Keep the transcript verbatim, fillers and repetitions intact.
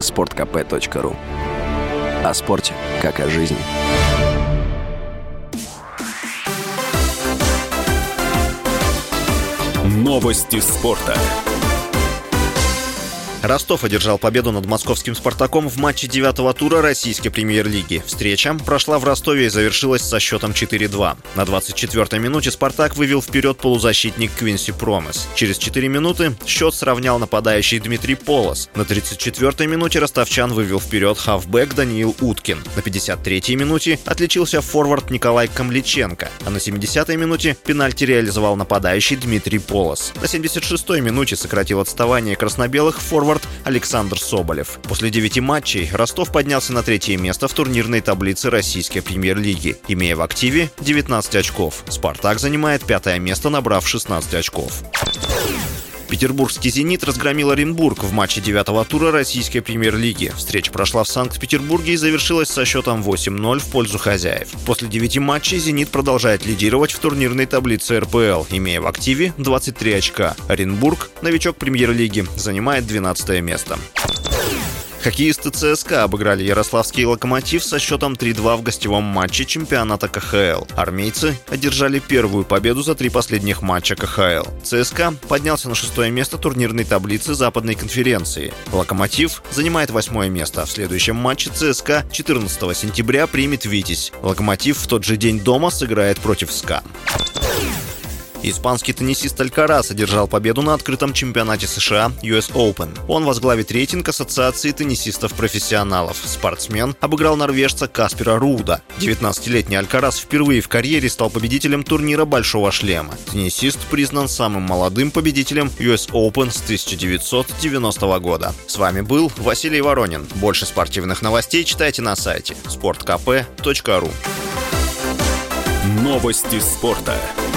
спорт ка пэ точка ру. О спорте, как о жизни. Новости спорта. Ростов одержал победу над московским «Спартаком» в матче девятого тура российской премьер-лиги. Встреча прошла в Ростове и завершилась со счетом четыре-два. На двадцать четвёртой минуте «Спартак» вывел вперед полузащитник Квинси Промес. Через четыре минуты счет сравнял нападающий Дмитрий Полос. На тридцать четвёртой минуте ростовчан вывел вперед хавбэк Даниил Уткин. На пятьдесят третьей минуте отличился форвард Николай Камличенко. А на семидесятой минуте пенальти реализовал нападающий Дмитрий Полос. На семьдесят шестой минуте сократил отставание красно-белых форвард Александр Соболев. После девяти матчей Ростов поднялся на третье место в турнирной таблице российской премьер-лиги, имея в активе девятнадцать очков. «Спартак» занимает пятое место, набрав шестнадцать очков. Петербургский «Зенит» разгромил Оренбург в матче девятого тура российской премьер-лиги. Встреча прошла в Санкт-Петербурге и завершилась со счетом восемь ноль в пользу хозяев. После девяти матчей «Зенит» продолжает лидировать в турнирной таблице эр пэ эл, имея в активе двадцать три очка. Оренбург, новичок премьер-лиги, занимает двенадцатое место. Хоккеисты ЦСКА обыграли ярославский «Локомотив» со счетом три-два в гостевом матче чемпионата ка ха эл. Армейцы одержали первую победу за три последних матча ка ха эл. ЦСКА поднялся на шестое место турнирной таблицы Западной конференции. «Локомотив» занимает восьмое место. В следующем матче ЦСКА четырнадцатого сентября примет «Витязь». «Локомотив» в тот же день дома сыграет против СКА. Испанский теннисист Алькарас одержал победу на открытом чемпионате США ю эс Open. Он возглавит рейтинг Ассоциации теннисистов-профессионалов. Спортсмен обыграл норвежца Каспера Руда. девятнадцатилетний Алькарас впервые в карьере стал победителем турнира «Большого шлема». Теннисист признан самым молодым победителем ю эс Open с тысяча девятьсот девяностого года. С вами был Василий Воронин. Больше спортивных новостей читайте на сайте спорт ка пэ точка ру. Новости спорта.